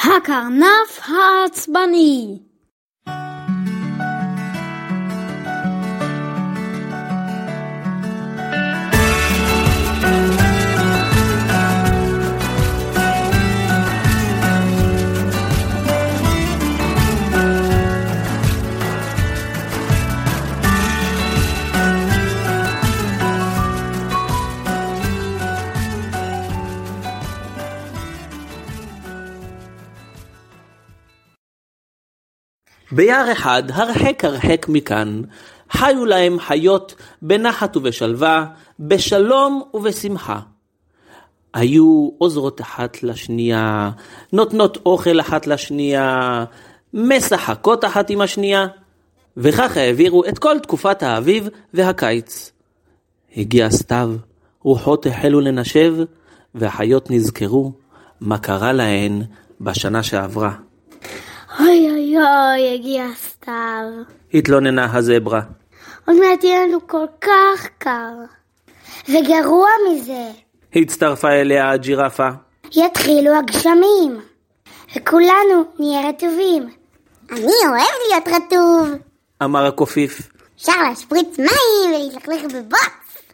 הקרנף העצבני. ביער אחד, הרחק מכאן, חיו להם חיות בנחת ובשלווה, בשלום ובשמחה. היו עוזרות אחת לשנייה, נותנות אוכל אחת לשנייה, משחקות אחת עם השנייה, וכך העבירו את כל תקופת האביב והקיץ. הגיע סתיו, רוחות החלו לנשב, והחיות נזכרו מה קרה להן בשנה שעברה. אוי אוי אוי, הגיע סתיו. התלוננה הזברה. עוד מעט יהיה לנו כל כך קר. וגרוע מזה, הצטרפה אליה הג'ירפה. יתחילו הגשמים, וכולנו נהיה רטובים. אני אוהב להיות רטוב. אמר הקופיף. אפשר להשפריץ מים ולהתלכלך בבוץ.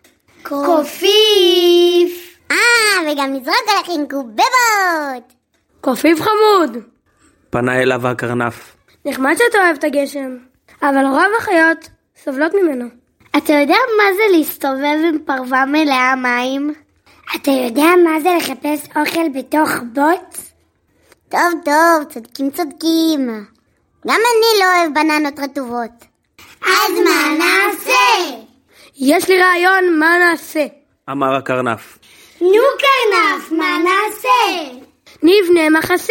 קופיף. וגם לזרוק עליכם קובבות. קופיף חמוד. פנה אליו הקרנף. נחמד שאתה אוהב את הגשם, אבל רוב החיות סובלות ממנו. אתה יודע מה זה להסתובב עם פרווה מלאה מים? אתה יודע מה זה לחפש אוכל בתוך בוץ? טוב, צודקים. גם אני לא אוהב בננות רטובות. אז מה נעשה? יש לי רעיון מה נעשה. אמר הקרנף. נו קרנף, מה נעשה? נבנה מחסה.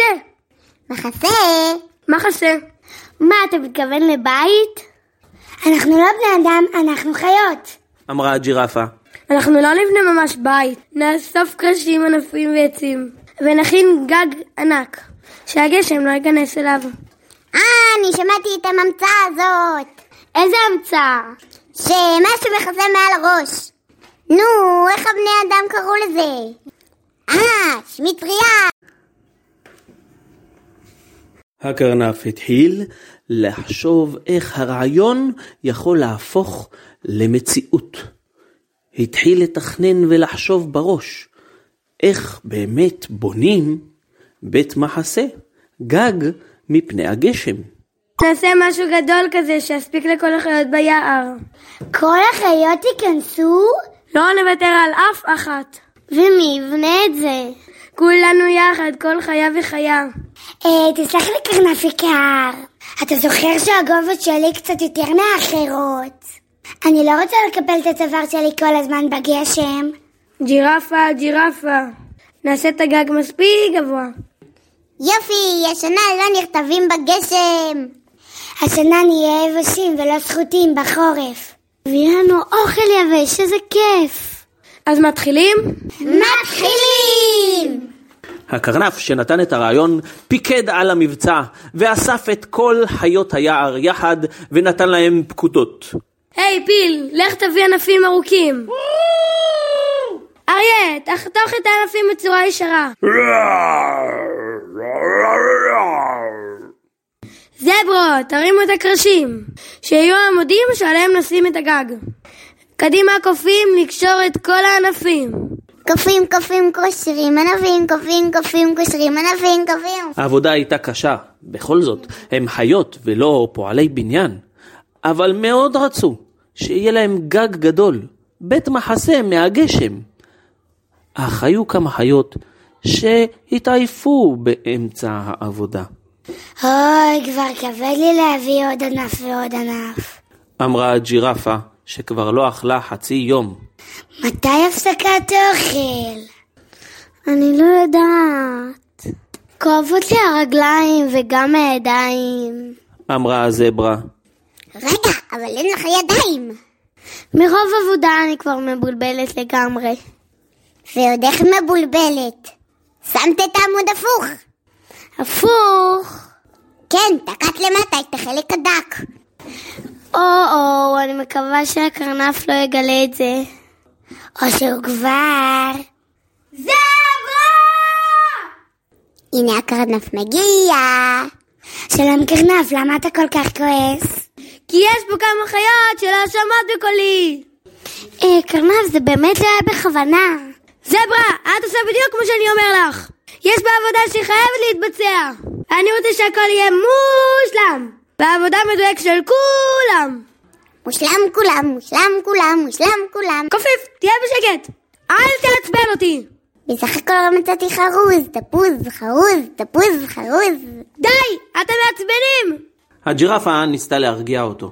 מחסה. מה, אתה מתכוון לבית? אנחנו לא בני אדם, אנחנו חיות. אמרה הג'ירפה. אנחנו לא נבנה ממש בית. נאסוף קרשים, ענפים ועצים, ונכין גג ענק, שהגשם לא ייכנס אליו. אני שמעתי את ההמצאה הזאת. איזה המצאה? שמשהו מחסה מעל הראש. נו, איך הבני אדם קראו לזה? שמטריה. הקרנף התחיל לחשוב איך הרעיון יכול להפוך למציאות. התחיל לתכנן ולחשוב בראש איך באמת בונים בית מחסה, גג מפני הגשם. נעשה משהו גדול כזה שיספיק לכל החיות ביער. כל החיות ייכנסו? לא נוותר על אף אחת. ומי יבנה את זה? כולנו יחד, כל חיה וחיה. תסלח לי קרנף יקר, אתה זוכר שהגובה שלי קצת יותר מאחרות? אני לא רוצה לקבל את הצוואר שלי כל הזמן בגשם. ג'ירפה, נעשה את הגג מספיק גבוה. יופי, השנה לא נרטבים בגשם. השנה נהיה יבשים ולא סחוטים בחורף. ויהיה לנו אוכל יבש, איזה כיף. אז מתחילים? מתחילים! הקרנף שנתן את הרעיון פיקד על המבצע ואסף את כל חיות היער יחד ונתן להם פקודות. היי פיל, לך תביא ענפים ארוכים. אריה, תחתוך את הענפים בצורה ישרה. זברות, תרימו את הקרשים, שיהיו עמודים שעליהם נשים את הגג. קדימה קופים, לקשור את כל הענפים. קופים קושרים ענפים, קופים קושרים ענפים, קופים. העבודה הייתה קשה, בכל זאת, הם חיות ולא פועלי בניין, אבל מאוד רצו שיהיה להם גג גדול, בית מחסה מהגשם. אך היו כמה חיות שהתעייפו באמצע העבודה. אוי, כבר כבד לי להביא עוד ענף ועוד ענף. אמרה הג'ירפה שכבר לא אכלה חצי יום. מתי הפסקת אוכל? אני לא יודעת. כואבות לי הרגליים וגם הידיים. אמרה הזברה. רגע, אבל אין לך ידיים. מרוב עבודה אני כבר מבולבלת לגמרי. ועוד איך מבולבלת? שמת את העמוד הפוך. הפוך? כן, תקעת למטה את החלק הדק. אני מקווה שהקרנף לא יגלה את זה. או שהוא כבר... זברה! הנה הקרנף מגיע. שלום קרנף, למה אתה כל כך כועס? כי יש פה כמה חיות שלא שמעת בקולי. קרנף, זה באמת לא היה בכוונה. זברה, את עושה בדיוק כמו שאני אומר לך. יש בעבודה שהיא חייבת להתבצע. אני רוצה שהכל יהיה מושלם. בעבודה מדויק של כולם. מושלם כולם, מושלם כולם, מושלם כולם. קופיף, תהיה בשקט. אל תעצבן אותי. בסך הכל מצאתי חרוז, תפוז, חרוז, תפוז, חרוז. די, אתם מעצבנים. הג'ירפה ניסתה להרגיע אותו.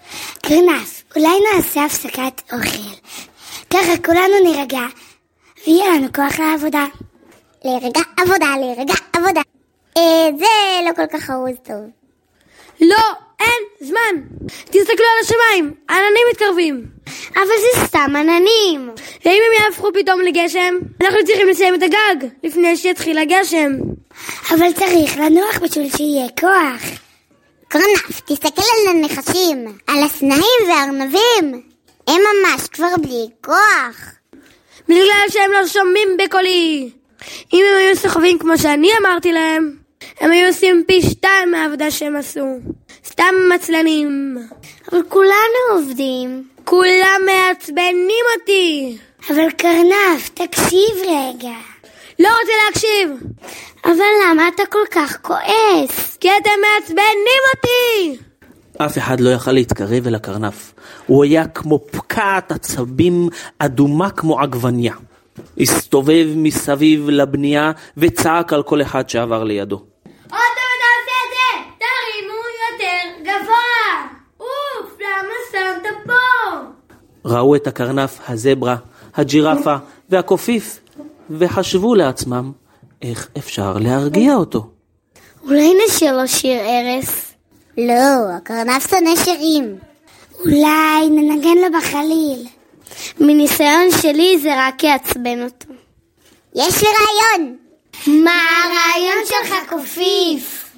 קרנף, אולי נעשה הפסקת אוכל. ככה כולנו נרגע, ויהיה לנו כוח לעבודה. להירגע עבודה, להירגע עבודה. זה לא כל כך חרוז טוב. לא, אין זמן. תסתכלו על השמיים, עננים מתקרבים. אבל זה סתם עננים. ואם הם יהפכו פתאום לגשם, אנחנו צריכים לסיים את הגג לפני שיתחיל הגשם. אבל צריך לנוח בשביל שיהיה כוח. קרנף, תסתכל על הנחשים, על הסנאים והארנבים. הם ממש כבר בלי כוח. בגלל שהם לא שומעים בקולי. אם הם היו סוחבים כמו שאני אמרתי להם, הם היו עושים פי 2 מהעבודה שהם עשו. סתם מצלנים. אבל כולנו עובדים. כולם מעצבנים אותי. אבל קרנף, תקשיב רגע. לא רוצה להקשיב. אבל למה אתה כל כך כועס? כי אתם מעצבנים אותי. אף אחד לא יכל להתקרב אל הקרנף. הוא היה כמו פקעת עצבים אדומה כמו עגבניה. הסתובב מסביב לבנייה וצעק על כל אחד שעבר לידו. עוד תעשה את זה! תרימו יותר גבוה! אוף, למה שמת פה? ראו את הקרנף, הזברה, הג'ירפה והקופיף וחשבו לעצמם איך אפשר להרגיע אותו. אולי נשאיר לו שיר ערס? לא, הקרנף שונא שירים. אולי ננגן לו בחליל. מניסיון שלי זה רק יעצבן אותו. יש לי רעיון. מה הרעיון שלך, קופיף?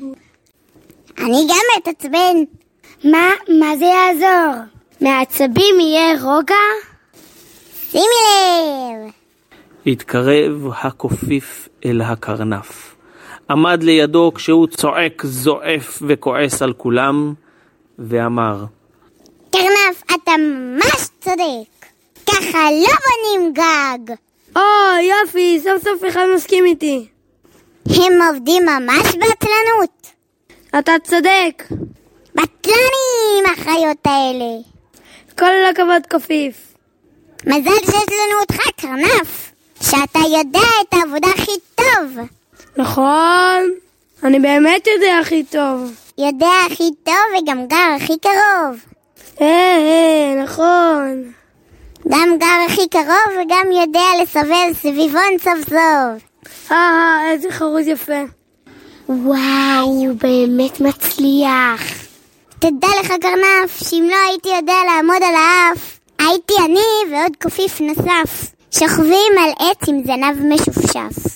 אני גם מתעצבן. מה זה יעזור? מעצבים יהיה רוגע? שימי לב. התקרב הקופיף אל הקרנף. עמד לידו כשהוא צועק, זועף וכועס על כולם, ואמר, קרנף, אתה ממש צודק. ככה לא בונים גג. יופי, סוף סוף אחד מסכים איתי. הם עובדים ממש בטלנות. אתה צודק. בטלנים החיות האלה. כל הכבוד, קופיף. מזל שיש לנו אותך, קרנף, שאתה יודע את העבודה הכי טוב. נכון, אני באמת יודע הכי טוב. יודע הכי טוב וגם גר הכי קרוב. נכון. גם גר הכי קרוב וגם יודע לסובב סביבון סוף סוף. איזה חרוז יפה. וואו, הוא באמת מצליח. תדע לך קרנף, שאם לא הייתי יודע לעמוד על האף, הייתי אני ועוד קופיף נוסף, שוכבים על עץ עם זנב משופשף.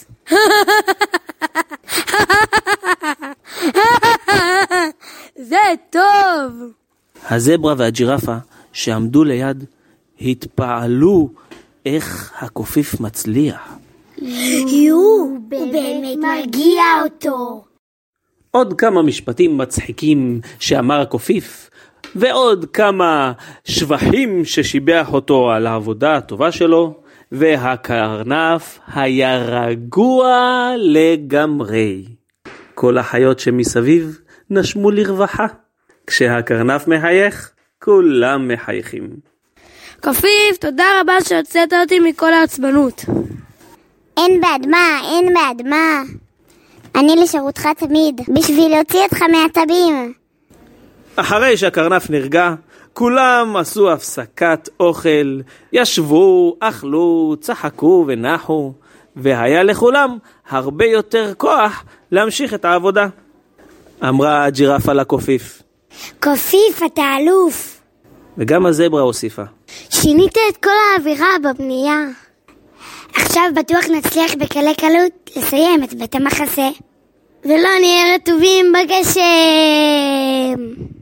זה טוב. הזברה והג'ירפה שעמדו ליד התפעלו איך הקופיף מצליח. הוא באמת מרגיע אותו. עוד כמה משפטים מצחיקים שאמר הקופיף, ועוד כמה שבחים ששיבח אותו על העבודה הטובה שלו, והקרנף היה רגוע לגמרי. כל החיות שמסביב נשמו לרווחה. כשהקרנף מחייך, כולם מחייכים. קופיף, תודה רבה שהוצאת אותי מכל העצבנות. אין בעד מה, אין בעד מה. אני לשירותך תמיד, בשביל להוציא אותך מעצבים. אחרי שהקרנף נרגע, כולם עשו הפסקת אוכל, ישבו, אכלו, צחקו ונחו, והיה לכולם הרבה יותר כוח להמשיך את העבודה. אמרה הג'ירפה לקופיף. קופיף, אתה אלוף. וגם הזברה הוסיפה. שינית את כל האווירה בבנייה. עכשיו בטוח נצליח בקלי קלות לסיים את בית המחסה. ולא נהיה רטובים בגשם.